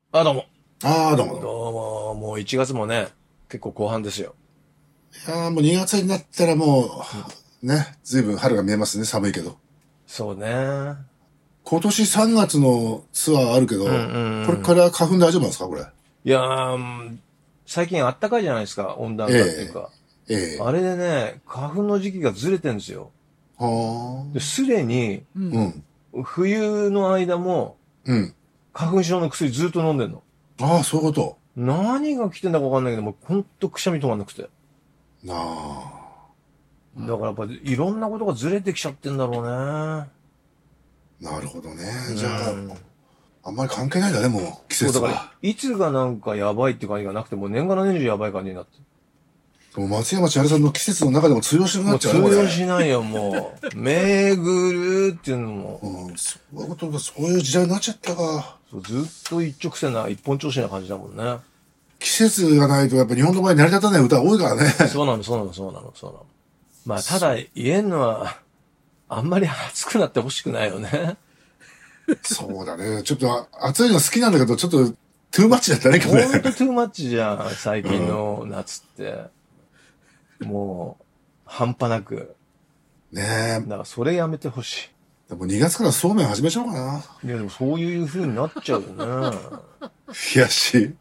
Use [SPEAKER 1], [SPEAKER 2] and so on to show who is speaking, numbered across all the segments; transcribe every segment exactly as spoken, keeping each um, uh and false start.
[SPEAKER 1] あ、どうも。
[SPEAKER 2] ああ、どうもどうも。
[SPEAKER 1] どうも、もういちがつもね、結構後半ですよ。
[SPEAKER 2] いやーもうにがつになったらもう、ね、ずいぶん春が見えますね、寒いけど。
[SPEAKER 1] そうね。うん
[SPEAKER 2] 今年さんがつのツアーあるけ
[SPEAKER 1] うん
[SPEAKER 2] ど、これ
[SPEAKER 1] うん。
[SPEAKER 2] から花粉大丈夫なんですか、これ。
[SPEAKER 1] いやー、うん最近あったかいじゃないですか、温暖化っていう
[SPEAKER 2] え
[SPEAKER 1] か。
[SPEAKER 2] え、ええ。
[SPEAKER 1] あれでね、花粉の時期がずれてるんですよ。
[SPEAKER 2] は
[SPEAKER 1] で、すでに、
[SPEAKER 2] あ。うん、
[SPEAKER 1] 冬の間も、
[SPEAKER 2] うん。
[SPEAKER 1] 花粉症の薬ずっと飲んでんの。
[SPEAKER 2] ああ、そういうこ
[SPEAKER 1] 何が来てんだかわかんないけど、もうほんとくしゃみ止まんなくて。
[SPEAKER 2] と。なあ。
[SPEAKER 1] だからやっぱいろんなことがずれてきちゃってんだろうね。
[SPEAKER 2] なるほどね。
[SPEAKER 1] う
[SPEAKER 2] じゃあ、
[SPEAKER 1] ん。
[SPEAKER 2] あんまり関係ないんだね、もう、季
[SPEAKER 1] そう、だから、
[SPEAKER 2] 節は。
[SPEAKER 1] いつがなんかやばいって感じがなくて、もう年がら年中やばい感じになって。
[SPEAKER 2] もう松山千春さんの季節の中でも通用しなくな
[SPEAKER 1] もう通
[SPEAKER 2] っちゃうね、これ。
[SPEAKER 1] 用しないよ、もう。巡るっていうのも、
[SPEAKER 2] うん、そういうことが、そういう時代になっちゃったか。
[SPEAKER 1] そうずっと一直線な、一本調子な感じだもんね。
[SPEAKER 2] 季節がないとやっぱ日本の場合成り立たない歌多いからね。
[SPEAKER 1] そうなの、そうなの、そうなの、そうなの。まあ、ただ、
[SPEAKER 2] そう
[SPEAKER 1] 言えんのは、あんまり暑くなってほしくないよね。
[SPEAKER 2] そうだね。ちょっとあ暑いの好きなんだけど、ちょっとトゥーマッチだったね、これ。
[SPEAKER 1] ほんとトゥーマッチじゃん、最近の夏って。もう、半端なく。
[SPEAKER 2] ね
[SPEAKER 1] だから、それやめてほし
[SPEAKER 2] え。でもにがつからそうめん始めちゃおうかな。
[SPEAKER 1] い。いや、でもそういう風になっちゃうよね。
[SPEAKER 2] 冷やし。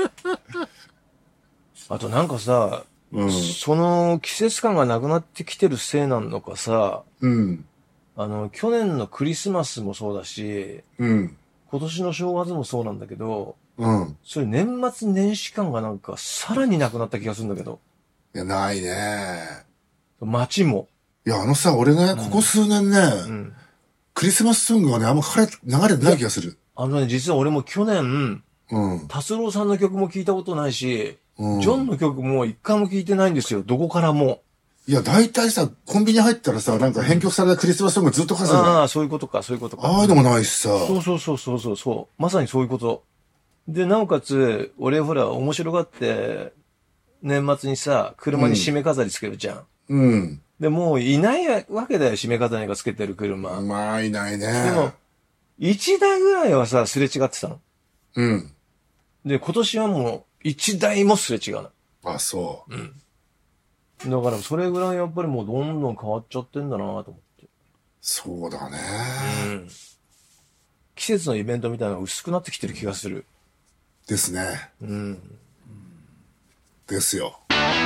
[SPEAKER 1] あとなんかさ、
[SPEAKER 2] うん。
[SPEAKER 1] その季節感がなくなってきてるせいなのかさ、
[SPEAKER 2] うん。
[SPEAKER 1] あの、去年のクリスマスもそうだし、
[SPEAKER 2] うん。
[SPEAKER 1] 今年の正月もそうなんだけど、
[SPEAKER 2] うん。
[SPEAKER 1] そういう年末年始感がなんかさらになくなった気がするんだけど、
[SPEAKER 2] いや、ないね。
[SPEAKER 1] 街も。
[SPEAKER 2] いや、あのさ、俺ね、ここ数年ね、
[SPEAKER 1] うん。
[SPEAKER 2] クリスマスソングがね、あんま流れ、流れてない気がする。
[SPEAKER 1] あのね、実は俺も去年、
[SPEAKER 2] うん。
[SPEAKER 1] 達郎さんの曲も聞いたことないし、
[SPEAKER 2] うん。
[SPEAKER 1] ジョンの曲も一回も聞いてないんですよ、どこからも。
[SPEAKER 2] いや、大体さ、コンビニ入ったらさ、なんか編曲されたクリスマスソングずっとかかってるじゃん。
[SPEAKER 1] ああ、そういうことか、そういうことか。
[SPEAKER 2] ああいうのもないしさ。
[SPEAKER 1] そうそうそうそうそうそう。まさにそういうこと。で、なおかつ、俺ほら、面白がって、年末にさ、車に締め飾りつけるじゃん。
[SPEAKER 2] うん。
[SPEAKER 1] で、もういないわけだよ、締め飾りがつけてる車。
[SPEAKER 2] まあ、いないね。
[SPEAKER 1] でも、一台ぐらいはさ、すれ違ってたの。
[SPEAKER 2] うん。
[SPEAKER 1] で、今年はもう、一台もすれ違うの。
[SPEAKER 2] あ、そう。
[SPEAKER 1] だから、それぐらいやっぱりもうどんどん変わっちゃってんだなと思って。
[SPEAKER 2] そうだね。
[SPEAKER 1] うん。季節のイベントみたいなのが薄くなってきてる気がする。
[SPEAKER 2] ですね。
[SPEAKER 1] うん。
[SPEAKER 2] ですよ。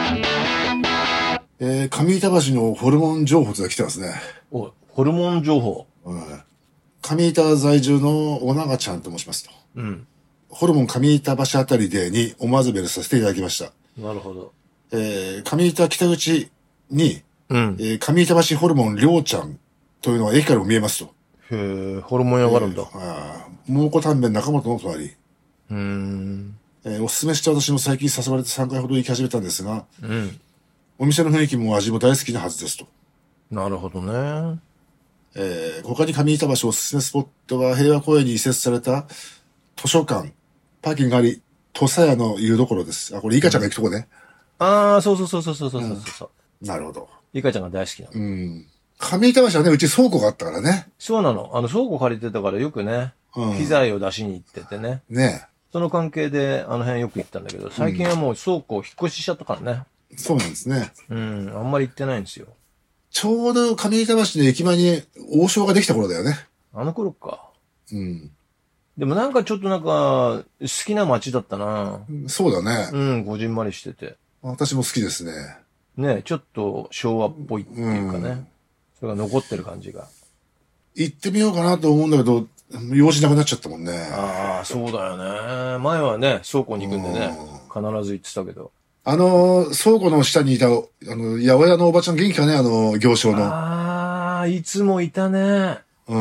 [SPEAKER 2] えー、上板橋のホルモン情報が来てますね。
[SPEAKER 1] お、ホルモン情報。
[SPEAKER 2] うん。上板在住のお長ちゃんと申しますと。
[SPEAKER 1] うん。
[SPEAKER 2] ホルモン上板橋あたりでに思わずメールさせていただきました。
[SPEAKER 1] なるほど。
[SPEAKER 2] えー、上板北口に、
[SPEAKER 1] うん。
[SPEAKER 2] えー、上板橋ホルモンりょうちゃんというのが駅からも見えますと。
[SPEAKER 1] へえ、ホルモン屋があるんだ。
[SPEAKER 2] ああ、蒙古タンメン中本の隣。
[SPEAKER 1] うーん。
[SPEAKER 2] えー、おすすめした私も最近誘われてさんかいほど行き始めたんですが、
[SPEAKER 1] うん。
[SPEAKER 2] お店の雰囲気も味も大好きなはずですと。
[SPEAKER 1] なるほどね。
[SPEAKER 2] えー、他に上板橋おすすめスポットは平和公園に移設された図書館、パーキングがあり、土佐屋の湯どころです。あ、これイカちゃんが行くとこね。
[SPEAKER 1] ああ、そうそうそうそうそうそうそうそう。
[SPEAKER 2] なるほど。
[SPEAKER 1] イカちゃんが大好きなの。
[SPEAKER 2] うん。上板橋はね、うち倉庫があったからね。
[SPEAKER 1] そうなの。あの、倉庫借りてたからよくね、
[SPEAKER 2] うん
[SPEAKER 1] 機材を出しに行っててね。
[SPEAKER 2] ね
[SPEAKER 1] その関係で、あの辺よく行ったんだけど、最近はもう倉庫を引っ越ししちゃったからね。
[SPEAKER 2] え。そうなんですね。
[SPEAKER 1] うん、あんまり行ってないんですよ。
[SPEAKER 2] ちょうど上板橋の駅前に王将ができた頃だよね。
[SPEAKER 1] あの頃か。
[SPEAKER 2] うん。
[SPEAKER 1] でもなんかちょっとなんか、好きな街だったな。
[SPEAKER 2] そうだね。
[SPEAKER 1] うん、こじんまりしてて。
[SPEAKER 2] 私も好きですね。
[SPEAKER 1] ね、ちょっと昭和っぽいっていうかね。それが残ってる感じが。
[SPEAKER 2] 行ってみようかなと思うんだけど、用事なくなっちゃったもんね。
[SPEAKER 1] ああ、そうだよね。前はね、倉庫に行くんでね、必ず行ってたけど。
[SPEAKER 2] あの、倉庫の下にいた、あの、八百屋のおばちゃん元気かね、あの、行商の。
[SPEAKER 1] ああ、いつもいたね。
[SPEAKER 2] うん。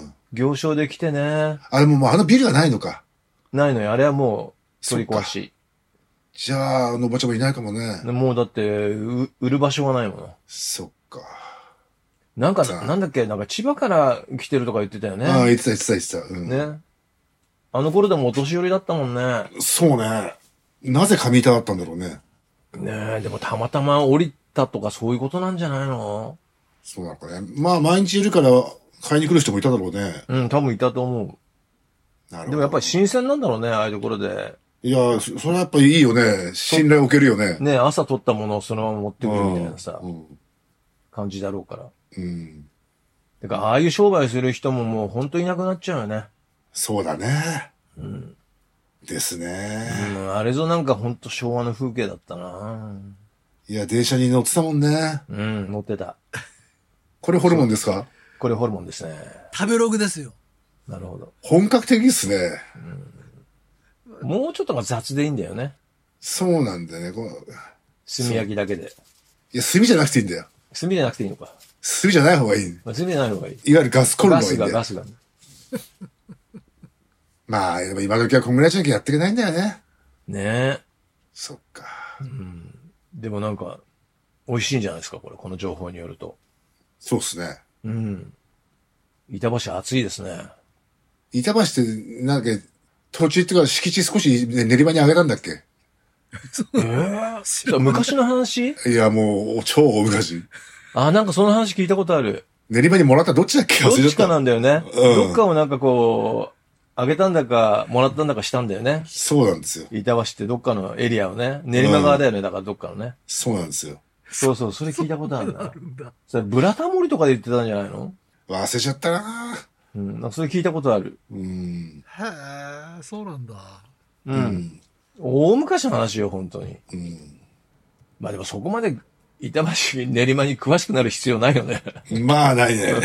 [SPEAKER 1] 行商で来てね。
[SPEAKER 2] あれももうあのビルがないのか。
[SPEAKER 1] ないのよ。あれはもう取り壊し。
[SPEAKER 2] じゃあ、あのおばちゃんもいないかもね。
[SPEAKER 1] もうだって、う売る場所がないもの。
[SPEAKER 2] そっか。
[SPEAKER 1] なんか、
[SPEAKER 2] さあ
[SPEAKER 1] なんだっけ、なんか千葉から来てるとか言ってたよね。
[SPEAKER 2] ああ、言ってた言ってた言ってた。うん。
[SPEAKER 1] ね。あの頃でもお年寄りだったもんね。
[SPEAKER 2] そうね。なぜ上板だったんだろうね。
[SPEAKER 1] ねえ、でもたまたま降りたとかそういうことなんじゃないの？
[SPEAKER 2] そうなのかね。まあ、毎日いるから買いに来る人もいただろうね。
[SPEAKER 1] うん、多分いたと思う。
[SPEAKER 2] なるほど。
[SPEAKER 1] でもやっぱり新鮮なんだろうね、ああいうところで。
[SPEAKER 2] いや、そそれはやっぱりいいよね。信頼を受けるよね。
[SPEAKER 1] ね、朝取ったものをそのまま持ってくるみたいなさ、
[SPEAKER 2] うん。
[SPEAKER 1] 感じだろうから。
[SPEAKER 2] うん。
[SPEAKER 1] てか、ああいう商売する人ももう本当いなくなっちゃうよね。
[SPEAKER 2] そうだね。
[SPEAKER 1] うん。
[SPEAKER 2] ですね。
[SPEAKER 1] うん、あれぞなんか本当昭和の風景だったな。
[SPEAKER 2] いや、電車に乗ってたもんね。
[SPEAKER 1] うん、乗ってた。
[SPEAKER 2] これホルモンですか？
[SPEAKER 1] これホルモンですね。
[SPEAKER 3] 食べログですよ。
[SPEAKER 1] なるほど。
[SPEAKER 2] 本格的ですね。
[SPEAKER 1] もうちょっとが雑でいいんだよね。
[SPEAKER 2] そうなんだよね。こう
[SPEAKER 1] 炭焼きだけで。
[SPEAKER 2] いや、炭じゃなくていいんだよ。
[SPEAKER 1] 炭じゃなくていいのか。
[SPEAKER 2] 炭じゃない方がいい。
[SPEAKER 1] まあ、炭じゃない方がいい。
[SPEAKER 2] いわゆるガスコンロ
[SPEAKER 1] ガスが、
[SPEAKER 2] がいいんだよ。
[SPEAKER 1] ガスが。
[SPEAKER 2] まあ、でも今時はこんぐらいじゃなきゃやっていけないんだよね。
[SPEAKER 1] ね
[SPEAKER 2] そっか。
[SPEAKER 1] え。でもなんか、美味しいんじゃないですか、これ。この情報によると。
[SPEAKER 2] そうっすね。
[SPEAKER 1] うん。板橋暑いですね。
[SPEAKER 2] 板橋って、なんだっけ、土地っていうか敷地少しね練馬に上げたんだっけ？
[SPEAKER 1] ええー、昔の話？
[SPEAKER 2] いや、もう、超大昔。
[SPEAKER 1] あ、なんかその話聞いたことある。
[SPEAKER 2] 練馬にもらったどっちだっけ？忘れちゃった。
[SPEAKER 1] どっちかなんだよね。
[SPEAKER 2] うん
[SPEAKER 1] どっかをなんかこう、あげたんだか、もらったんだかしたんだよね。
[SPEAKER 2] そうなんですよ。
[SPEAKER 1] 板橋ってどっかのエリアをね。練馬側だよね。だからどっかのね。
[SPEAKER 2] そうなんですよ。
[SPEAKER 1] そうそう、それ聞いたことあるな。
[SPEAKER 3] あるんだ。
[SPEAKER 1] それ、ブラタモリとかで言ってたんじゃないの？
[SPEAKER 2] 忘れちゃったな。
[SPEAKER 1] うん、なんかそれ聞いたことある。
[SPEAKER 2] うん。
[SPEAKER 3] へえ、そうなんだ。
[SPEAKER 1] う。
[SPEAKER 2] うんん。
[SPEAKER 1] 大昔の話よ、本当に。
[SPEAKER 2] うん。
[SPEAKER 1] まあでもそこまで板橋練馬に詳しくなる必要ないよね。
[SPEAKER 2] まあ、ないね。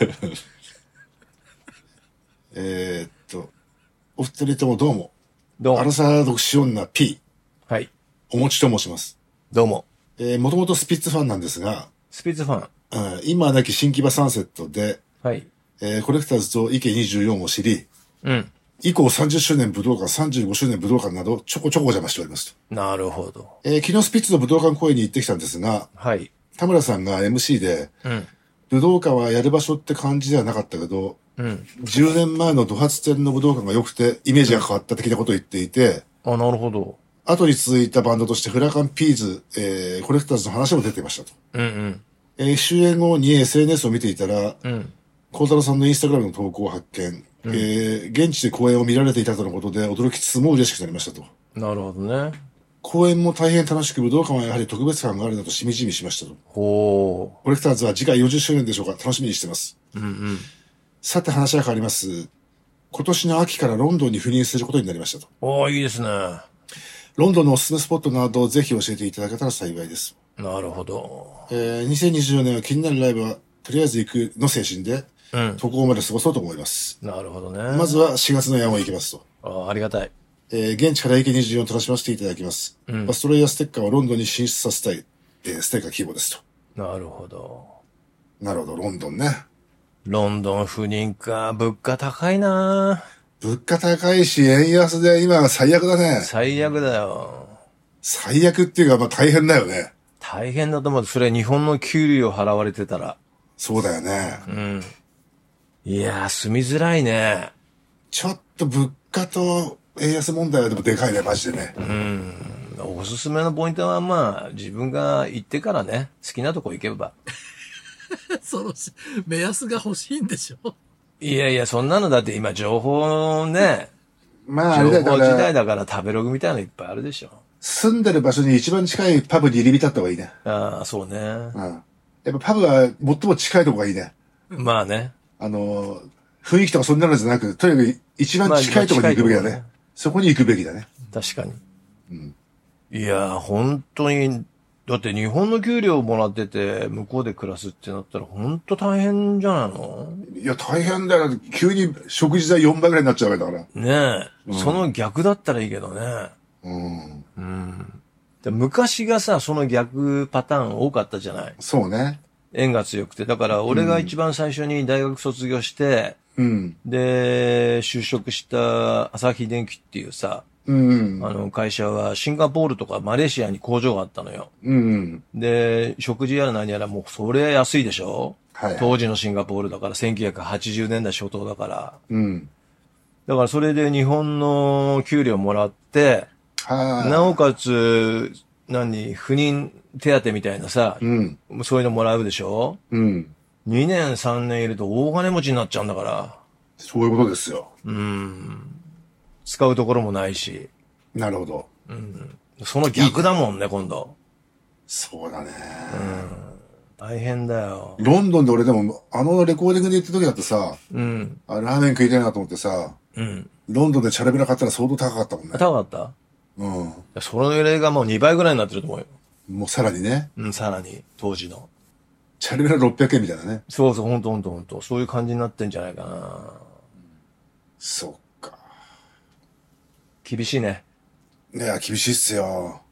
[SPEAKER 2] えーっと、お二人ともどうも。
[SPEAKER 1] どうも。
[SPEAKER 2] アラサー独身女 P、
[SPEAKER 1] はい。
[SPEAKER 2] おもちと申します。
[SPEAKER 1] どうも。
[SPEAKER 2] えー、もともとスピッツファンなんですが、
[SPEAKER 1] スピッツファン。
[SPEAKER 2] うん今はなき新木場サンセットで、
[SPEAKER 1] はい。
[SPEAKER 2] えーコレクターズと池にじゅうよんを知り、
[SPEAKER 1] うん。
[SPEAKER 2] 以降さんじゅっしゅうねん武道館、さんじゅうごしゅうねん武道館などちょこちょこお邪魔しておりますと。
[SPEAKER 1] なるほど。
[SPEAKER 2] えー昨日スピッツの武道館公演に行ってきたんですが、
[SPEAKER 1] はい。
[SPEAKER 2] 田村さんが エムシー で、
[SPEAKER 1] うん。
[SPEAKER 2] 武道館はやる場所って感じではなかったけど、
[SPEAKER 1] うん。
[SPEAKER 2] じゅうねんまえのド発展の武道館が良くてイメージが変わった的なことを言っていて、
[SPEAKER 1] あ、なるほど。
[SPEAKER 2] 後に続いたバンドとしてフラカンピーズ、えーコレクターズの話も出ていましたと。
[SPEAKER 1] うんうん。
[SPEAKER 2] えー終演後に エスエヌエス を見ていたら、
[SPEAKER 1] うん。
[SPEAKER 2] 孝太郎さんのインスタグラムの投稿を発見、えー現地で公演を見られていたとのことで驚きつつも嬉しくなりましたと。
[SPEAKER 1] なるほどね。
[SPEAKER 2] 公演も大変楽しく武道館はやはり特別感があるなとしみじみしましたと。
[SPEAKER 1] ほ
[SPEAKER 2] コレクターズは次回よんじゅっしゅうねんでしょうか、楽しみにしてます。
[SPEAKER 1] う。うんうん。
[SPEAKER 2] さて話は変わります。今年の秋からロンドンに赴任することになりましたと。
[SPEAKER 1] おー、いいですね。
[SPEAKER 2] ロンドンのおすすめスポットなどをぜひ教えていただけたら幸いです。
[SPEAKER 1] なるほど。
[SPEAKER 2] えー、にせんにじゅうよねんは気になるライブはとりあえず行くの精神で、
[SPEAKER 1] うん。
[SPEAKER 2] 渡航まで過ごそうと思います。
[SPEAKER 1] なるほどね。
[SPEAKER 2] まずはしがつの山を行きますと。
[SPEAKER 1] あ、ありがたい。
[SPEAKER 2] えー、現地から池にじゅうよんを楽しませていただきます。
[SPEAKER 1] うん
[SPEAKER 2] バストレイヤーステッカーをロンドンに進出させたい、えー、ステッカー希望ですと。
[SPEAKER 1] なるほど。
[SPEAKER 2] なるほど、ロンドンね。
[SPEAKER 1] ロンドン赴任か。物価高いな。
[SPEAKER 2] 物価高いし、円安で今は最悪だね。
[SPEAKER 1] 最悪だよ。
[SPEAKER 2] 最悪っていうか、まあ大変だよね。
[SPEAKER 1] 大変だと思う。それ日本の給料払われてたら。
[SPEAKER 2] そうだよね。
[SPEAKER 1] うん。いやー、住みづらいね。
[SPEAKER 2] ちょっと物価と円安問題はでもでかいね、マジでね。
[SPEAKER 1] うん。おすすめのポイントはまあ、自分が行ってからね、好きなとこ行けば。
[SPEAKER 3] そのし目安が欲しいんでしょ？
[SPEAKER 1] いやいや、そんなのだって今情報ね、
[SPEAKER 2] まあ、あれ
[SPEAKER 1] 情報時
[SPEAKER 2] だよだから
[SPEAKER 1] 代だから食べログみたいなのいっぱいあるでしょ。
[SPEAKER 2] 住んでる場所に一番近いパブに入り浸った方がいいね。
[SPEAKER 1] ああ、そうね。
[SPEAKER 2] うん。やっぱパブは最も近いとこがいいね。
[SPEAKER 1] まあね。
[SPEAKER 2] あのー、雰囲気とかそんなのじゃなく、とにかく一番近いところに行くべきだね。
[SPEAKER 1] まあ近いところね
[SPEAKER 2] そこに行くべきだね。
[SPEAKER 1] 確かに。
[SPEAKER 2] うん。
[SPEAKER 1] いやー、本当に、だって日本の給料もらってて、向こうで暮らすってなったら本当大変じゃないの？
[SPEAKER 2] いや、大変だよ。急に食事代よんばいぐらいになっちゃうわけだから。
[SPEAKER 1] ねえ、その逆だったらいいけどね。
[SPEAKER 2] うん。
[SPEAKER 1] うん。で昔がさ、その逆パターン多かったじゃない。
[SPEAKER 2] そうね。
[SPEAKER 1] 縁が強くて。だから俺が一番最初に大学卒業して、
[SPEAKER 2] うん。
[SPEAKER 1] で、就職した朝日電機っていうさ、
[SPEAKER 2] うん。
[SPEAKER 1] あの会社はシンガポールとかマレーシアに工場があったのよ。
[SPEAKER 2] うん。
[SPEAKER 1] で、食事やら何やらもうそれ安いでしょ？
[SPEAKER 2] はい。
[SPEAKER 1] 当時のシンガポールだからせんきゅうひゃくはちじゅうねんだい初頭だから。
[SPEAKER 2] うん。
[SPEAKER 1] だからそれで日本の給料もらって、
[SPEAKER 2] はあ。
[SPEAKER 1] なおかつ、何、赴任手当みたいなさ、
[SPEAKER 2] うん。
[SPEAKER 1] そういうのもらうでしょ？
[SPEAKER 2] うん。
[SPEAKER 1] にねんさんねんいると大金持ちになっちゃうんだから。
[SPEAKER 2] そういうことですよ。
[SPEAKER 1] うん。 使うところもないし。
[SPEAKER 2] なるほど。
[SPEAKER 1] うん。その逆だもんね、今度。
[SPEAKER 2] そうだね。
[SPEAKER 1] うん。大変だよ。
[SPEAKER 2] ロンドンで俺でも、あのレコーディングで行った時だってさ、
[SPEAKER 1] うん。
[SPEAKER 2] あラーメン食いたいなと思ってさ、
[SPEAKER 1] うん。
[SPEAKER 2] ロンドンでチャレビラ買ったら相当高かったもんね。
[SPEAKER 1] 高かった？
[SPEAKER 2] うん。
[SPEAKER 1] その揺れがもうにばいぐらいになってると思うよ。
[SPEAKER 2] もうさらにね。
[SPEAKER 1] うん、さらに、当時の。
[SPEAKER 2] チャレビラろっぴゃくえんみたいなね。
[SPEAKER 1] そうそう、ほんとほんとほんと。そういう感じになってんじゃないかな。
[SPEAKER 2] そっか。
[SPEAKER 1] 厳しいね。
[SPEAKER 2] いや、厳しいっすよ。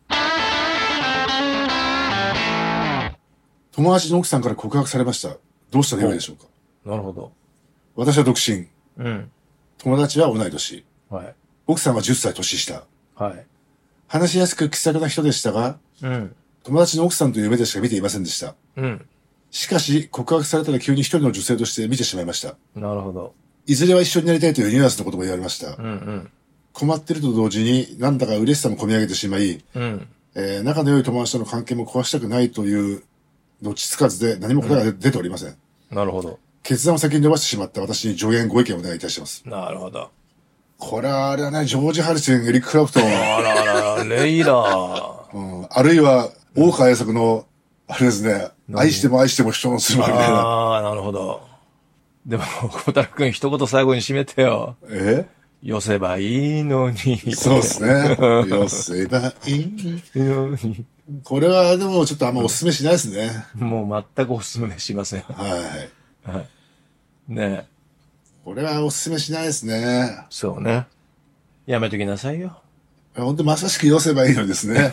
[SPEAKER 2] 友達の奥さんから告白されました。どうしたらよいでしょうか。
[SPEAKER 1] なるほど。
[SPEAKER 2] 私は独身。
[SPEAKER 1] うん。
[SPEAKER 2] 友達は同い年。
[SPEAKER 1] はい。
[SPEAKER 2] 奥さんはじゅっさい年下。
[SPEAKER 1] はい。
[SPEAKER 2] 話しやすく気さくな人でしたが、
[SPEAKER 1] うん。
[SPEAKER 2] 友達の奥さんという目でしか見ていませんでした。
[SPEAKER 1] うん。
[SPEAKER 2] しかし、告白されたら急に一人の女性として見てしまいました。
[SPEAKER 1] なるほど。
[SPEAKER 2] いずれは一緒になりたいというニュアンスのことも言われました。
[SPEAKER 1] うんうん。
[SPEAKER 2] 困っていると同時に、なんだか嬉しさも込み上げてしまい、
[SPEAKER 1] うん。
[SPEAKER 2] えー、仲の良い友達との関係も壊したくないというどっちつかずで何も答えが出ておりません。
[SPEAKER 1] なるほど。
[SPEAKER 2] 決断を先に伸ばしてしまった私に助言ご意見をお願いいたします。
[SPEAKER 1] なるほど。
[SPEAKER 2] これはあれはね、ジョージ・ハリスン、エリック・クラプトン。
[SPEAKER 1] あららら、レイラー。
[SPEAKER 2] うん、あるいは、大川栄作の、あれですね、愛しても愛しても人のするまみたいな。
[SPEAKER 1] ああ、なるほど。でも、小太郎くん一言最後に締めてよ。
[SPEAKER 2] え
[SPEAKER 1] 寄せばいいのに。
[SPEAKER 2] そうですね。寄せばいい
[SPEAKER 1] のに。
[SPEAKER 2] これはでもちょっとあんまお勧めしないですね。
[SPEAKER 1] もう全くお勧めしません。
[SPEAKER 2] はい。
[SPEAKER 1] はい。ねえ。
[SPEAKER 2] これはお勧めしないですね。
[SPEAKER 1] そうね。やめときなさいよ。
[SPEAKER 2] 本当まさしく寄せばいいのにですね。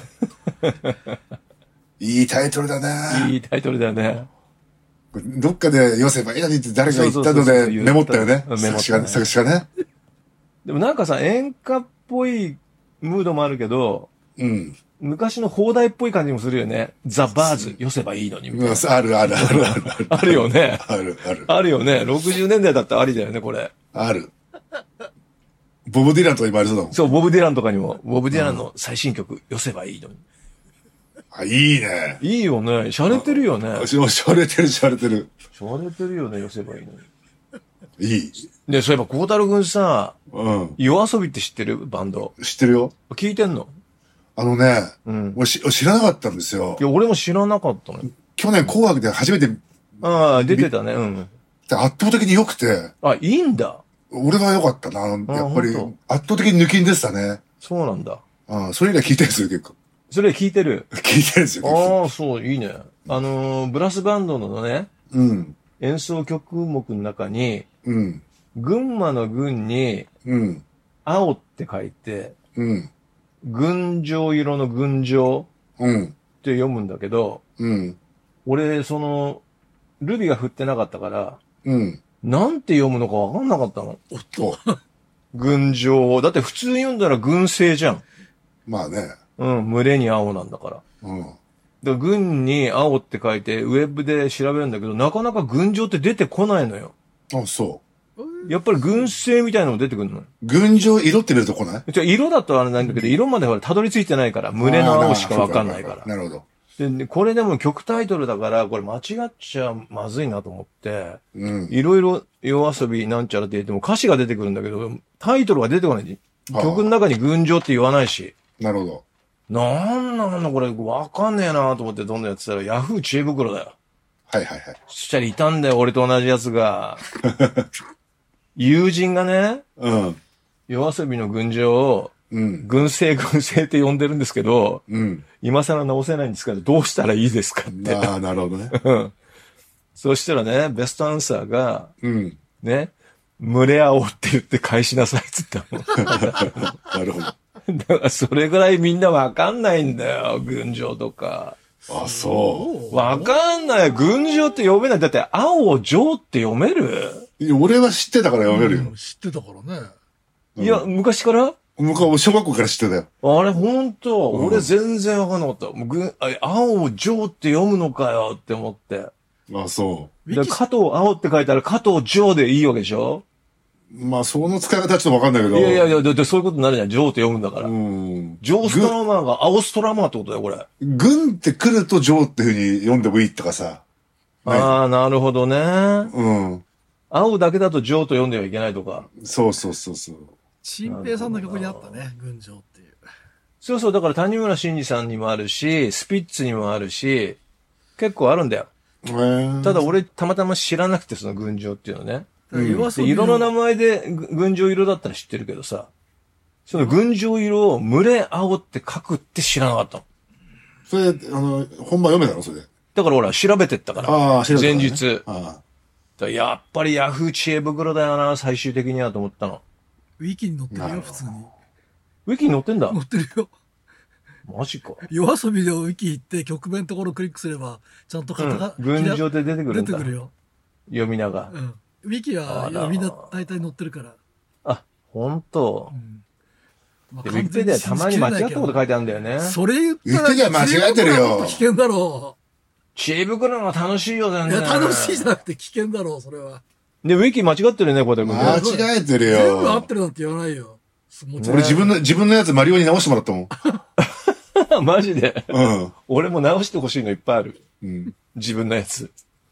[SPEAKER 2] いいタイトルだね。
[SPEAKER 1] いいタイトルだよね。
[SPEAKER 2] どっかで寄せばいいのにって誰か言ったのでメモったよね。作詞が、作詞がね。
[SPEAKER 1] でもなんかさ、演歌っぽいムードもあるけど、
[SPEAKER 2] うん。
[SPEAKER 1] 昔の放題っぽい感じもするよね。ザ・バーズ、寄せばいいのにみたいな。
[SPEAKER 2] あるあるあるあるある。
[SPEAKER 1] あるよね。
[SPEAKER 2] あるある。
[SPEAKER 1] あるよね。ろくじゅうねんだいだったらありだよね、これ。
[SPEAKER 2] ある。ボブ・ディランとか今ありそうだもん。
[SPEAKER 1] そう、ボブ・ディランとかにも、ボブ・ディランの最新曲、寄せばいいのに。
[SPEAKER 2] あ、いいね。
[SPEAKER 1] いいよね。洒落てるよね。
[SPEAKER 2] しゃれてる、しゃれてる。
[SPEAKER 1] 洒落てるよね、寄せばいいのに。
[SPEAKER 2] いい。
[SPEAKER 1] で、そういえば、孝太郎くんさ、
[SPEAKER 2] うん。
[SPEAKER 1] 夜遊びって知ってるバンド。
[SPEAKER 2] 知ってるよ。
[SPEAKER 1] 聞いてんの？
[SPEAKER 2] あのね、
[SPEAKER 1] うん。
[SPEAKER 2] 俺し知らなかったんですよ。
[SPEAKER 1] いや、俺も知らなかったのよ。
[SPEAKER 2] 去年紅白で初めて、
[SPEAKER 1] ああ、出てたね、うん。
[SPEAKER 2] 圧倒的に良くて。
[SPEAKER 1] あ、いいんだ。
[SPEAKER 2] 俺は良かったな。あの、やっぱり、圧倒的に抜きんでしたね。
[SPEAKER 1] そうなんだ。
[SPEAKER 2] ああ、それ以来聞いてるんですよ、結構。
[SPEAKER 1] それ聞いてる。
[SPEAKER 2] 聞いてるんですよ、結構。
[SPEAKER 1] ああ、そう、いいね。あのー、ブラスバンドのね、
[SPEAKER 2] うん。
[SPEAKER 1] 演奏曲目の中に、
[SPEAKER 2] うん。
[SPEAKER 1] 群馬の群に、
[SPEAKER 2] うん。
[SPEAKER 1] 青って書いて、
[SPEAKER 2] うん。
[SPEAKER 1] 群青色の群青
[SPEAKER 2] うん。
[SPEAKER 1] って読むんだけど、
[SPEAKER 2] うん。
[SPEAKER 1] 俺、その、ルビが振ってなかったから、
[SPEAKER 2] うん。
[SPEAKER 1] なんて読むのかわかんなかったの。
[SPEAKER 2] おっと。
[SPEAKER 1] 群青。だって普通に読んだら群星じゃん。
[SPEAKER 2] まあね。
[SPEAKER 1] うん、群れに青なんだから。
[SPEAKER 2] うん。
[SPEAKER 1] で、群に青って書いて、ウェブで調べるんだけど、なかなか群青って出てこないのよ。
[SPEAKER 2] あ、そ
[SPEAKER 1] やっぱり群星みたいなの出てくるのよ。
[SPEAKER 2] う。群青色って見るとこない
[SPEAKER 1] じゃ色だとあれなんだけど、色までほら、たどり着いてないから、群れの青しかわかんないから。
[SPEAKER 2] なるほど。
[SPEAKER 1] で、これでも曲タイトルだから、これ間違っちゃまずいなと思って、
[SPEAKER 2] うん。
[SPEAKER 1] いろいろ夜遊びなんちゃらって言っても歌詞が出てくるんだけど、タイトルが出てこない。曲の中に群青って言わないし。
[SPEAKER 2] なるほど。
[SPEAKER 1] なんなのこれ、わかんねえなと思ってどんどんやってたら、ヤフー知恵袋だよ。
[SPEAKER 2] はいはいはい。
[SPEAKER 1] そしたらいたんだよ、俺と同じやつが。友人がね、
[SPEAKER 2] うん。
[SPEAKER 1] 夜遊びの群青を、
[SPEAKER 2] うん。
[SPEAKER 1] 群星群星って呼んでるんですけど、
[SPEAKER 2] うん。
[SPEAKER 1] 今更直せないんですけど、どうしたらいいですかって。
[SPEAKER 2] ああ、なるほどね。
[SPEAKER 1] うん。そしたらね、ベストアンサーが、
[SPEAKER 2] うん。
[SPEAKER 1] ね、群れ青って言って返しなさいって言った
[SPEAKER 2] なるほど。
[SPEAKER 1] もん。だからそれぐらいみんなわかんないんだよ、群青とか。
[SPEAKER 2] あ、そ
[SPEAKER 1] う。わかんない。群青って読めない。だって、青を青って読める？
[SPEAKER 2] う。俺は知ってたから読めるよ。
[SPEAKER 3] 知ってたからね。
[SPEAKER 1] いや、昔から
[SPEAKER 2] 昔、小学校から知ってたよ。
[SPEAKER 1] あれ、ほんと、
[SPEAKER 2] うん、
[SPEAKER 1] 俺全然わかんなかった。もうぐあ青を青って読むのかよって思って。
[SPEAKER 2] あ、そう。
[SPEAKER 1] で、加藤青って書いたら加藤青でいいわけでしょ？
[SPEAKER 2] まあ、その使い方はちょっとわかんないけど。
[SPEAKER 1] いやいやいや、だってそういうことになるじゃん。青って読むんだから。
[SPEAKER 2] うん。
[SPEAKER 1] ジョーストラマーが青ストラマーってことだよ、これ。
[SPEAKER 2] 軍って来るとジョーっていう風に読んでもいいとかさ。
[SPEAKER 1] ああ、なるほどね。
[SPEAKER 2] うん。
[SPEAKER 1] 青だけだとジョーと読んではいけないとか。
[SPEAKER 2] そうそうそうそう。
[SPEAKER 3] 陳平さんの曲にあったね、群青っていう。
[SPEAKER 1] そうそう、だから谷村新司さんにもあるし、スピッツにもあるし、結構あるんだよ。
[SPEAKER 2] へー
[SPEAKER 1] ただ俺たまたま知らなくて、その群青っていうのね。
[SPEAKER 2] うん
[SPEAKER 3] 夜遊び
[SPEAKER 1] で色の名前でぐ群青色だったら知ってるけどさ、その群青色を群れ青って書くって知らなかったの。
[SPEAKER 2] それ、あの、本番読めたのそれで。
[SPEAKER 1] だからほら、調べてったから。
[SPEAKER 2] ああ、知らなかったね
[SPEAKER 1] 前日。
[SPEAKER 2] ああ。
[SPEAKER 1] だからやっぱりヤフー知恵袋だよな、最終的にはと思ったの。
[SPEAKER 3] ウィキに載ってるよ、
[SPEAKER 2] なるほど
[SPEAKER 3] 普通に。
[SPEAKER 1] ウィキに載ってんだ
[SPEAKER 3] 載。ってるよ。
[SPEAKER 1] マジか。
[SPEAKER 3] 夜遊びでウィキ行って曲名のところをクリックすれば、ちゃんとカタカ
[SPEAKER 1] うん群青って出てくるんだ
[SPEAKER 3] 出てくるよ。
[SPEAKER 1] 読みなが
[SPEAKER 3] うん。ウィキは
[SPEAKER 1] あら
[SPEAKER 3] みんな大体載ってるから。
[SPEAKER 1] あ、ほんと。
[SPEAKER 3] まあ
[SPEAKER 1] でウィキペディアたまに間違ったこと書いてあるんだよね。
[SPEAKER 3] それ言ったら、
[SPEAKER 2] ウィキペディア間違えてるよ
[SPEAKER 3] 知恵袋はもっと危険だろ
[SPEAKER 1] 知恵袋の楽しいよ、全
[SPEAKER 3] う。い
[SPEAKER 1] 然。
[SPEAKER 3] や、楽しいじゃなくて危険だろう、それは。
[SPEAKER 1] で、ウィキ間違ってるね、小田君ね。
[SPEAKER 2] 間違えてる
[SPEAKER 3] 全部合
[SPEAKER 2] よ
[SPEAKER 3] っ。てるなんて言わないよ。もちろん
[SPEAKER 2] 俺自分の、自分のやつマリオに直してもらったもん。
[SPEAKER 1] マジで。
[SPEAKER 2] うん。
[SPEAKER 1] 俺も直してほしいのいっぱいある。
[SPEAKER 2] うん。
[SPEAKER 1] 自分のやつ。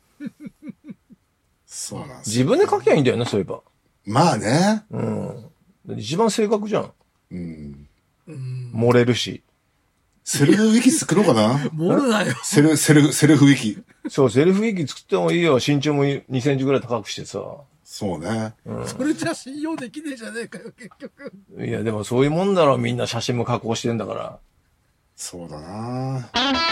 [SPEAKER 2] そうなんです。
[SPEAKER 1] 自分で書きゃいいんだよね、そういえば。
[SPEAKER 2] まあね。
[SPEAKER 1] うん。一番正確じゃん。
[SPEAKER 2] うん。
[SPEAKER 1] 漏れるし。
[SPEAKER 2] セルフウィキ作ろうかな。
[SPEAKER 3] 盛るなよ。
[SPEAKER 2] セル、セル、セルフウィキ。
[SPEAKER 1] そう、セルフウィキ作ってもいいよ。身長もにセンチぐらい高くしてさ。
[SPEAKER 2] そうね。
[SPEAKER 3] それじゃ信用できねえじゃねえかよ、結局。
[SPEAKER 1] いや、でもそういうもんだろ。みんな写真も加工してんだから。
[SPEAKER 2] そうだな。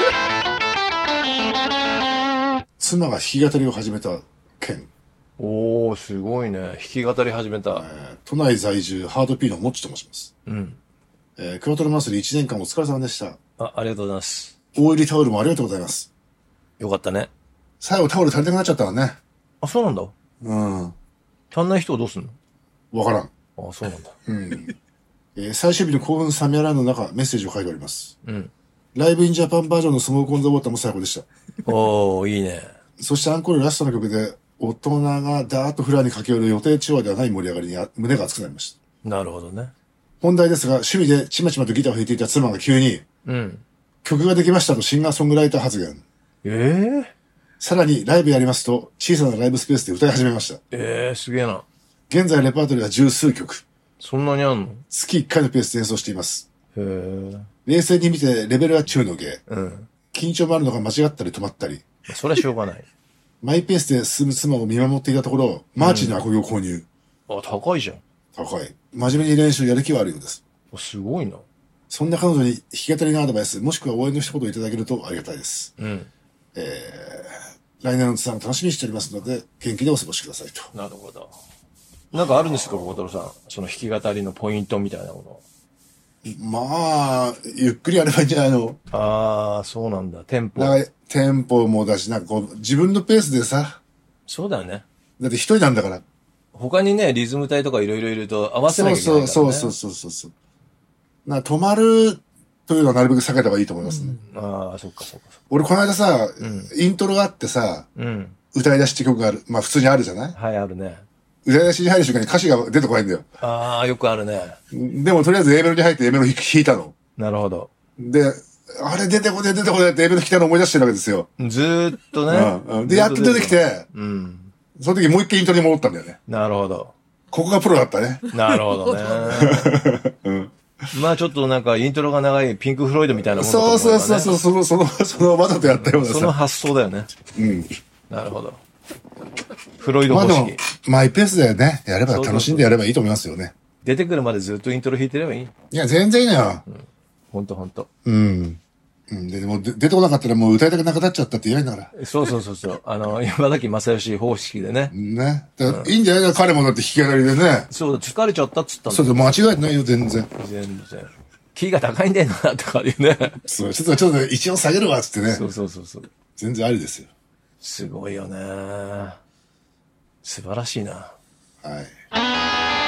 [SPEAKER 2] 妻が弾き語りを始めた件。
[SPEAKER 1] おー、すごいね。弾き語り始めた。
[SPEAKER 2] えー都内在住、ハードピーのモッチと申します。
[SPEAKER 1] うん。
[SPEAKER 2] えー、クワトロ祭りいちねんかんお疲れ様でした。
[SPEAKER 1] あ、ありがとうございます。
[SPEAKER 2] 大入りタオルもありがとうございます。
[SPEAKER 1] よかったね。
[SPEAKER 2] 最後タオル足りなくなっちゃったわね。
[SPEAKER 1] あ、そうなんだ。
[SPEAKER 2] うん。
[SPEAKER 1] 足んない人はどうすん
[SPEAKER 2] わからん。
[SPEAKER 1] のあ、そうなんだ。
[SPEAKER 2] うん。えー最終日の興奮冷めやらぬ中、メッセージを書いております。
[SPEAKER 1] うん。
[SPEAKER 2] ライブインジャパンバージョンのスモークオンザウォーターも最高でした。
[SPEAKER 1] おー、いいね。
[SPEAKER 2] そしてアンコールラストの曲で、大人がダーッとフラーに駆け寄る予定調和ではない盛り上がりにあ胸が熱くなりました。
[SPEAKER 1] なるほどね。
[SPEAKER 2] 本題ですが、趣味でちまちまとギターを弾いていた妻が急に、
[SPEAKER 1] うん。
[SPEAKER 2] 曲ができましたとシンガーソングライター発言。
[SPEAKER 1] ええ
[SPEAKER 2] さらにライブやりますと、小さなライブスペースで歌い始めました。
[SPEAKER 1] ええすげえな。
[SPEAKER 2] 現在レパートリーは十数曲。
[SPEAKER 1] そんなにあんの
[SPEAKER 2] 月いっかいのペースで演奏しています。
[SPEAKER 1] へえ。
[SPEAKER 2] 冷静に見てレベルは中の芸。
[SPEAKER 1] うん。
[SPEAKER 2] 緊張もあるのが間違ったり止まったり。
[SPEAKER 1] それはしょうがない。
[SPEAKER 2] マイペースで進む妻を見守っていたところ、マーチンのアコギを購入。
[SPEAKER 1] あ、高いじゃん。
[SPEAKER 2] 高い。真面目に練習やる気はあるようです。
[SPEAKER 1] あすごいな。
[SPEAKER 2] そんな彼女に弾き語りのアドバイス、もしくは応援の一言をいただけるとありがたいです。
[SPEAKER 1] うん。
[SPEAKER 2] 来年のツアーも楽しみにしておりますので、元気でお過ごしくださいと。
[SPEAKER 1] なるほど。なんかあるんですか、小太郎さん。その弾き語りのポイントみたいなも
[SPEAKER 2] まあ、ゆっくりやればいいんじゃないの。
[SPEAKER 1] の。ああ、そうなんだ。テンポ。
[SPEAKER 2] なんかテンポもだし、なんかこう、自分のペースでさ、
[SPEAKER 1] そうだよね。
[SPEAKER 2] だって一人なんだから。
[SPEAKER 1] 他にね、リズム隊とかいろいろいると合わせなきゃいけないから、ね。
[SPEAKER 2] そうそうそうそうそうそう。なんか止まるというのはなるべく避けた方がいいと思いますね。
[SPEAKER 1] ああ、そっかそっかそっか。
[SPEAKER 2] 俺この間さ、イントロがあってさ、
[SPEAKER 1] うん。
[SPEAKER 2] 歌い出しって曲がある。まあ普通にあるじゃない
[SPEAKER 1] はい、あるね。
[SPEAKER 2] 歌い出しに入る瞬間に歌詞が出てこないんだよ。
[SPEAKER 1] ああ、よくあるね。
[SPEAKER 2] でもとりあえず A メロに入って A メロ弾いたの。
[SPEAKER 1] なるほど。
[SPEAKER 2] で、あれ出てこねえ出てこねえって A メロ弾いたの思い出してるわけですよ。
[SPEAKER 1] ずーっとね。
[SPEAKER 2] うんうんで、やっと出てきて、
[SPEAKER 1] うん。
[SPEAKER 2] その時もう一回イントロに戻ったんだよね。
[SPEAKER 1] なるほど。
[SPEAKER 2] ここがプロだったね。
[SPEAKER 1] なるほどね。まあちょっとなんかイントロが長いピンク・フロイドみたいなもんだと思
[SPEAKER 2] そう
[SPEAKER 1] うからね。
[SPEAKER 2] そうそうそう、その、その、そのわざとやったようなさ。
[SPEAKER 1] その発想だよね。
[SPEAKER 2] うん。
[SPEAKER 1] なるほど。フロイド
[SPEAKER 2] まあでも
[SPEAKER 1] 方式。、
[SPEAKER 2] マイペースでね、やれば楽しんでやればいいと思いますよね。
[SPEAKER 1] 出てくるまでずっとイントロ弾いてればいい。
[SPEAKER 2] いや、全然いいのよ。
[SPEAKER 1] ほんとほんと。
[SPEAKER 2] うん。うん。で、でもで出てこなかったらもう歌いたくなくなっちゃったって言えないんだから。
[SPEAKER 1] そうそうそうそう。あの、山崎正義方式でね。
[SPEAKER 2] ね。だからいいんじゃない彼もだって弾き語りでね。
[SPEAKER 1] そうだ、疲れちゃったっつったんだ
[SPEAKER 2] そうそう、間違えてないよ、全然。
[SPEAKER 1] 全然。キーが高いんだよな、とかいうね。
[SPEAKER 2] そう、ちょっと、ちょっと一応下げるわ、つってね
[SPEAKER 1] そ。うそうそうそう。
[SPEAKER 2] 全然ありですよ。
[SPEAKER 1] すごいよね。素晴らしいな。
[SPEAKER 2] はい。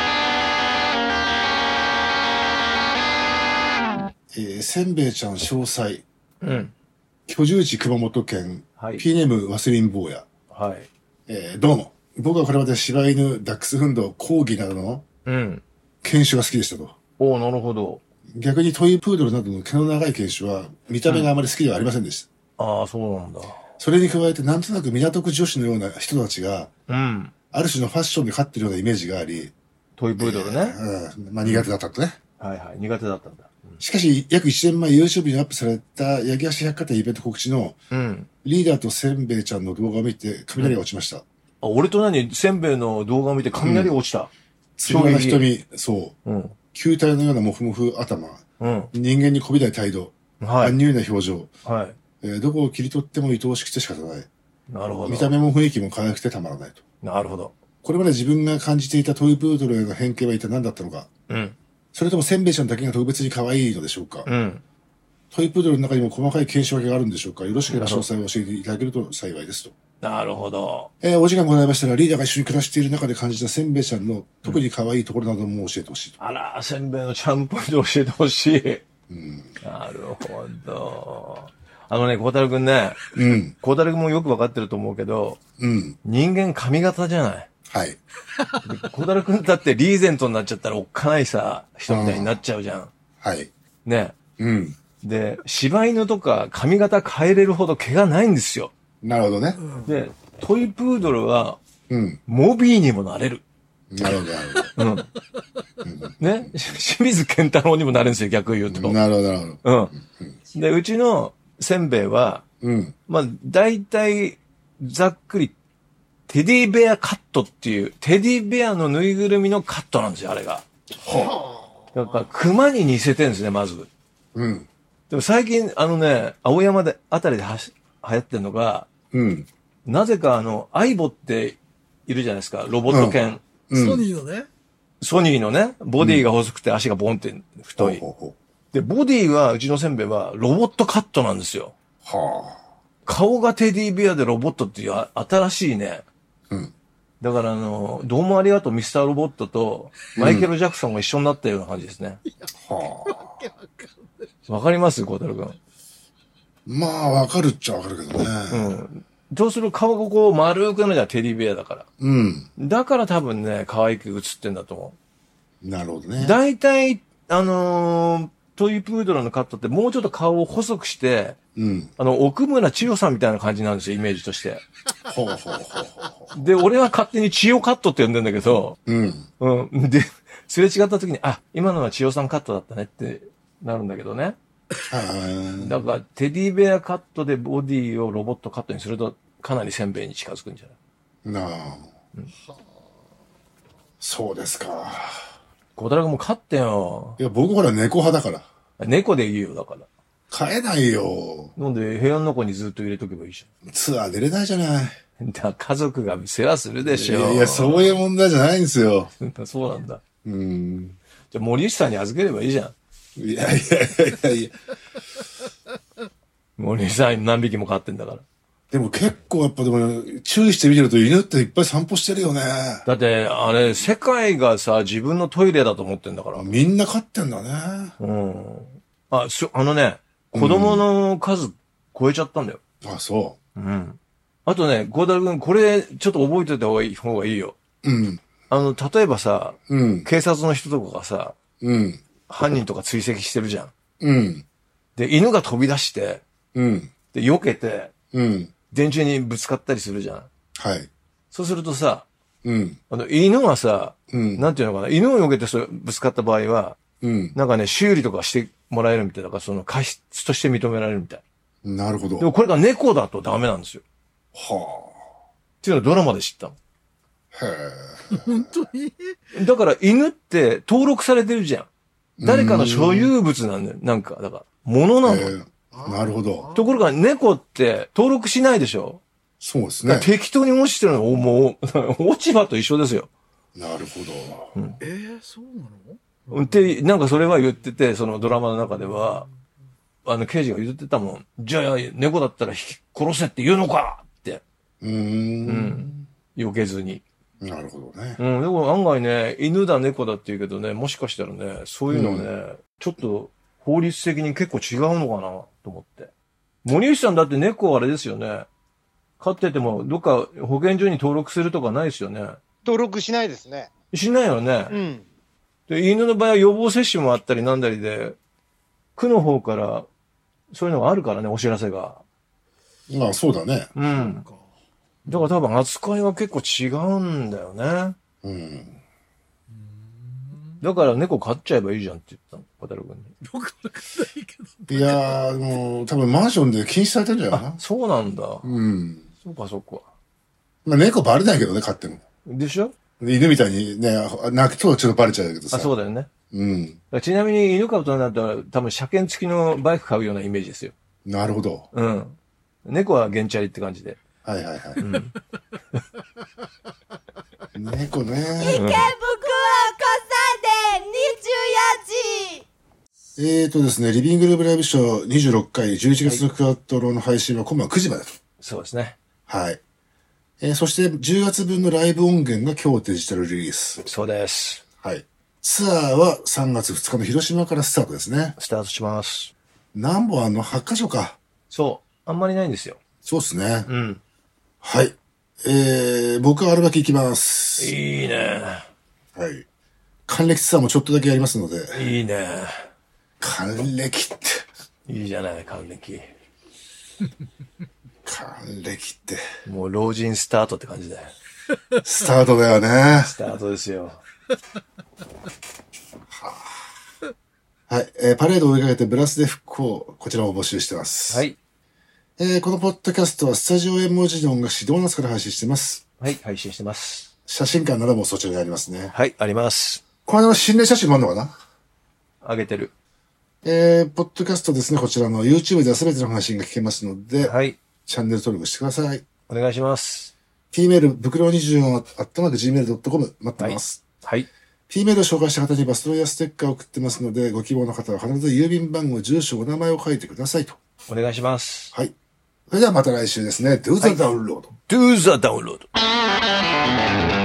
[SPEAKER 2] えー、せんべいちゃん詳細。
[SPEAKER 1] うん。
[SPEAKER 2] 居住地熊本県。
[SPEAKER 1] はい
[SPEAKER 2] P ネームワセリン坊や。
[SPEAKER 1] はい。
[SPEAKER 2] えー、どうも。僕はこれまで柴犬、ダックスフンド、コーギーなどの
[SPEAKER 1] うん。
[SPEAKER 2] 犬種が好きでしたと。
[SPEAKER 1] おおなるほど。
[SPEAKER 2] 逆にトイプードルなどの毛の長い犬種は見た目があまり好きではありませんでした。
[SPEAKER 1] ああ、そうなんだ。
[SPEAKER 2] それに加えてなんとなく港区女子のような人たちが、
[SPEAKER 1] うん。
[SPEAKER 2] ある種のファッションで飼ってるようなイメージがあり、
[SPEAKER 1] トイプードルね。
[SPEAKER 2] うん。まあ苦手だったとね。
[SPEAKER 1] はいはい。苦手だったんだ。
[SPEAKER 2] しかし、約いちねんまえ YouTube にアップされた、八木橋百貨店イベント告知の、
[SPEAKER 1] うん。
[SPEAKER 2] リーダーとせんべいちゃんの動画を見て、雷が落ちました。
[SPEAKER 1] あ、俺と何せんべいの動画を見て雷が落ちた。
[SPEAKER 2] つぶらな瞳、そう。
[SPEAKER 1] うん。
[SPEAKER 2] 球体のようなモフモフ頭。
[SPEAKER 1] うん。
[SPEAKER 2] 人間にこびない態度。
[SPEAKER 1] はい。
[SPEAKER 2] アンニュイな表情。
[SPEAKER 1] はい。
[SPEAKER 2] えーどこを切り取っても愛おしくて仕方ない。
[SPEAKER 1] なるほど。
[SPEAKER 2] 見た目も雰囲気も可愛くてたまらないと。
[SPEAKER 1] なるほど。
[SPEAKER 2] これまで自分が感じていたトイプードルへの偏見は一体何だったのか。
[SPEAKER 1] うん。
[SPEAKER 2] それともせんべいちゃんだけが特別に可愛いのでしょうか。
[SPEAKER 1] うん。
[SPEAKER 2] トイプードルの中にも細かい検証分けがあるんでしょうか。よろしければ詳細を教えていただけると幸いですと。
[SPEAKER 1] なるほど。
[SPEAKER 2] えーお時間ございましたら、リーダーが一緒に暮らしている中で感じたせんべいちゃんの特に可愛いところなども教えてほしいと。
[SPEAKER 1] あら、せんべいのチャームポイント教えてほしい。うん。なるほど。あのね、小太郎くんね。
[SPEAKER 2] うん。
[SPEAKER 1] 小太郎くんもよくわかってると思うけど、
[SPEAKER 2] うん。
[SPEAKER 1] 人間髪型じゃない。
[SPEAKER 2] はい。
[SPEAKER 1] 小太郎くんだってリーゼントになっちゃったらおっかないさ、人みたいになっちゃうじゃん。
[SPEAKER 2] はい。
[SPEAKER 1] ね。
[SPEAKER 2] うん。
[SPEAKER 1] で、柴犬とか髪型変えれるほど毛がないんですよ。
[SPEAKER 2] なるほどね。
[SPEAKER 1] で、トイプードルは、
[SPEAKER 2] うん。
[SPEAKER 1] モビーにもなれる。
[SPEAKER 2] なるほど、なるほど。
[SPEAKER 1] うん。ね。清水健太郎にもなるんですよ、逆言うと。
[SPEAKER 2] なるほど、なるほど。
[SPEAKER 1] うん。で、うちのせんべいは、
[SPEAKER 2] うん。
[SPEAKER 1] まあ、大体、ざっくり、テディベアカットっていう、テディベアのぬいぐるみのカットなんですよ、あれが。
[SPEAKER 2] は
[SPEAKER 1] やっぱ、熊に似せてるんですね、まず。
[SPEAKER 2] あ。うん。
[SPEAKER 1] でも最近、あのね、青山で、あたりではし流行ってるのが、
[SPEAKER 2] うん。
[SPEAKER 1] なぜかあの、アイボっているじゃないですか、ロボット犬。
[SPEAKER 2] うん。
[SPEAKER 3] ソニーのね。
[SPEAKER 1] ソニーのね、ボディが細くて足がボンって太い。
[SPEAKER 2] ほうほうほ
[SPEAKER 1] で、ボディは、うちのせんべいは、ロボットカットなんですよ。
[SPEAKER 2] うは
[SPEAKER 1] 顔がテディベアでロボットっていうあ新しいね。
[SPEAKER 2] あ。うん。
[SPEAKER 1] だからあの、どうもありがとうミスターロボットと、マイケル・ジャクソンが一緒になったような感じですね。
[SPEAKER 2] はあ。
[SPEAKER 1] わかります小太郎くん。
[SPEAKER 2] まあ、わかるっちゃわかるけどね。
[SPEAKER 1] うん。どうする顔がこう丸くなるじゃん、テディベアだから。
[SPEAKER 2] うん。
[SPEAKER 1] だから多分ね、可愛く映ってんだと思
[SPEAKER 2] なるほど
[SPEAKER 1] う。
[SPEAKER 2] ね。
[SPEAKER 1] 大体、あのー、トイプードルのカットってもうちょっと顔を細くして、
[SPEAKER 2] うん。
[SPEAKER 1] あの、奥村千代さんみたいな感じなんですよ、イメージとして。
[SPEAKER 2] ほうほうほうほう。
[SPEAKER 1] で、俺は勝手に千代カットって呼んでんだけど、
[SPEAKER 2] うん。
[SPEAKER 1] うん。で、すれ違った時に、あ、今のは千代さんカットだったねってなるんだけどね。
[SPEAKER 2] は
[SPEAKER 1] だから、テディベアカットでボディをロボットカットにすると、かなりせんべいに近づくんじゃない
[SPEAKER 2] い。なあ。そうですか。
[SPEAKER 1] 小太郎君も飼ってよ。
[SPEAKER 2] いや、僕ほら猫派だから。
[SPEAKER 1] 猫でいいよ、だから。
[SPEAKER 2] 飼えないよ。
[SPEAKER 1] なんで、部屋の中にずっと入れとけばいいじ
[SPEAKER 2] ツアー出れないじゃない。
[SPEAKER 1] ゃん。だから家族が世話するで
[SPEAKER 2] い
[SPEAKER 1] しょ。
[SPEAKER 2] やいや、そういう問題じゃないんですよ。
[SPEAKER 1] そうなんだ。
[SPEAKER 2] うん。
[SPEAKER 1] じゃあ森内さんに預ければいいじゃん。
[SPEAKER 2] いやいやいやいやいや。
[SPEAKER 1] 森内さん何匹も飼ってんだから。
[SPEAKER 2] でも結構やっぱでも、注意して見てると犬っていっぱい散歩してるよね。
[SPEAKER 1] だって、あれ、世界がさ、自分のトイレだと思ってんだから。
[SPEAKER 2] みんな飼ってんだね。
[SPEAKER 1] うん。あ、そ、あのね、子供の数超えちゃったんだよ。
[SPEAKER 2] あ、そ
[SPEAKER 1] うん。あとね、ゴーダル君、これ、ちょっと覚えておいた方がいい、方がいいよ。
[SPEAKER 2] う。うん。
[SPEAKER 1] あの、例えばさ、
[SPEAKER 2] うん。
[SPEAKER 1] 警察の人とかがさ、
[SPEAKER 2] うん。
[SPEAKER 1] 犯人とか追跡してるじゃん。
[SPEAKER 2] うん。
[SPEAKER 1] で、犬が飛び出して、
[SPEAKER 2] うん。
[SPEAKER 1] で、避けて、
[SPEAKER 2] うん。
[SPEAKER 1] 電柱にぶつかったりするじゃん。
[SPEAKER 2] はい。
[SPEAKER 1] そうするとさ、
[SPEAKER 2] うん。
[SPEAKER 1] あの、犬がさ、
[SPEAKER 2] うん。
[SPEAKER 1] なんていうのかな、犬を避けてそれぶつかった場合は、
[SPEAKER 2] うん。
[SPEAKER 1] なんかね、修理とかしてもらえるみたいだから、その過失として認められるみたい。
[SPEAKER 2] なるほど。
[SPEAKER 1] でもこれが猫だとダメなんですよ。
[SPEAKER 2] は
[SPEAKER 1] っていうのをドラマで知ったの。
[SPEAKER 2] あ。へえ。
[SPEAKER 3] 本当に
[SPEAKER 1] だから犬って登録されてるじゃん。誰かの所有物なんだよ。なんか、だから、物なの。
[SPEAKER 2] えーなるほど。
[SPEAKER 1] ところが猫って登録しないでしょ。
[SPEAKER 2] そうですね
[SPEAKER 1] だから。適当に落ちてるのをもう、落ち葉と一緒ですよ。
[SPEAKER 2] なるほど。
[SPEAKER 3] えー、そうなの
[SPEAKER 1] って、なんかそれは言ってて、そのドラマの中では、あの刑事が言ってたもん。じゃあ、猫だったら引き殺せって言うのかって。
[SPEAKER 2] うーん。
[SPEAKER 1] 避けずに。
[SPEAKER 2] なるほどね。
[SPEAKER 1] うん。でも案外ね、犬だ猫だって言うけどね、もしかしたらね、そういうのね、
[SPEAKER 2] う
[SPEAKER 1] ちょっと法律的に結構違うのかなと思って。森内さんだって猫あれですよね。飼ってても、どっか保健所に登録するとかないですよね。
[SPEAKER 4] 登録しないですね。
[SPEAKER 1] しないよね。
[SPEAKER 4] うん。
[SPEAKER 1] で、犬の場合は予防接種もあったりなんだりで、区の方からそういうのがあるからね、お知らせが。
[SPEAKER 2] まあ、そうだね。
[SPEAKER 1] うん。だから多分扱いは結構違うんだよね。
[SPEAKER 2] うん。
[SPEAKER 1] だから猫飼っちゃえばいいじゃんって言ったの、小太郎君に。
[SPEAKER 3] 僕わかんないけど。
[SPEAKER 2] いやー、もう、多分マンションで禁止されてるんじゃないか
[SPEAKER 1] あ
[SPEAKER 2] な、。
[SPEAKER 1] そうなんだ。
[SPEAKER 2] うん。
[SPEAKER 1] そうか、そうか。
[SPEAKER 2] まあ、猫バレないけどね、飼っても。
[SPEAKER 1] でしょ？
[SPEAKER 2] 犬みたいにね、泣くとちょっとバレちゃうけどさ。
[SPEAKER 1] あ、そうだよね。
[SPEAKER 2] うん。
[SPEAKER 1] だからちなみに犬飼うことになったら多分車検付きのバイク買うようなイメージですよ。
[SPEAKER 2] なるほど。
[SPEAKER 1] うん。猫は原チャリって感じで。
[SPEAKER 2] はいはいはい。
[SPEAKER 1] うん。
[SPEAKER 2] 猫ね。
[SPEAKER 4] 池袋交差点にじゅうよじ。
[SPEAKER 2] えーとですね、リビングルームライブショーにじゅうろっかいじゅういちがつのクワトロの配信は今晩くじまでと。
[SPEAKER 1] そうですね。
[SPEAKER 2] はい。えーそしてじゅうがつぶんのライブ音源が今日デジタルリリース。
[SPEAKER 1] そうです。
[SPEAKER 2] はい。ツアーはさんがつふつかの広島からスタートですね。
[SPEAKER 1] スタートします。
[SPEAKER 2] 何本あんの ?はち 箇所か。
[SPEAKER 1] そう。あんまりないんですよ。
[SPEAKER 2] そうですね。
[SPEAKER 1] うん。
[SPEAKER 2] はい。えー、僕はアルバキ行きます。
[SPEAKER 1] いいね。還
[SPEAKER 2] はい。還暦ツアーもちょっとだけやりますので。
[SPEAKER 1] いいね。
[SPEAKER 2] 還暦って。
[SPEAKER 1] いいじゃない、還暦。
[SPEAKER 2] 還暦って。
[SPEAKER 1] もう老人スタートって感じだよ。
[SPEAKER 2] スタートだよね。
[SPEAKER 1] スタートですよ。
[SPEAKER 2] はい。えーパレードを追いかけてブラスで復興。こちらも募集してます。
[SPEAKER 1] はい。
[SPEAKER 2] えーこのポッドキャストはスタジオエモジの音楽誌ドーナツから配信してます。
[SPEAKER 1] はい、配信してます。
[SPEAKER 2] 写真館などもそちらにありますね。
[SPEAKER 1] はい、あります。
[SPEAKER 2] この間の心霊写真もあるのかな
[SPEAKER 1] あげてる。
[SPEAKER 2] えー、ポッドキャストですね。こちらの YouTube では全ての配信が聞けますので、
[SPEAKER 1] はい。
[SPEAKER 2] チャンネル登録してください。
[SPEAKER 1] お願いします。
[SPEAKER 2] P メール、袋にじゅうよん、アットマーク ジーメールドットコム 待ってます。
[SPEAKER 1] はい。
[SPEAKER 2] P メールを紹介した方にバストロイやステッカーを送ってますので、ご希望の方は必ず郵便番号、住所、お名前を書いてくださいと。
[SPEAKER 1] お願いします。
[SPEAKER 2] はい。それではまた来週ですね。Do the download。
[SPEAKER 1] Do the download.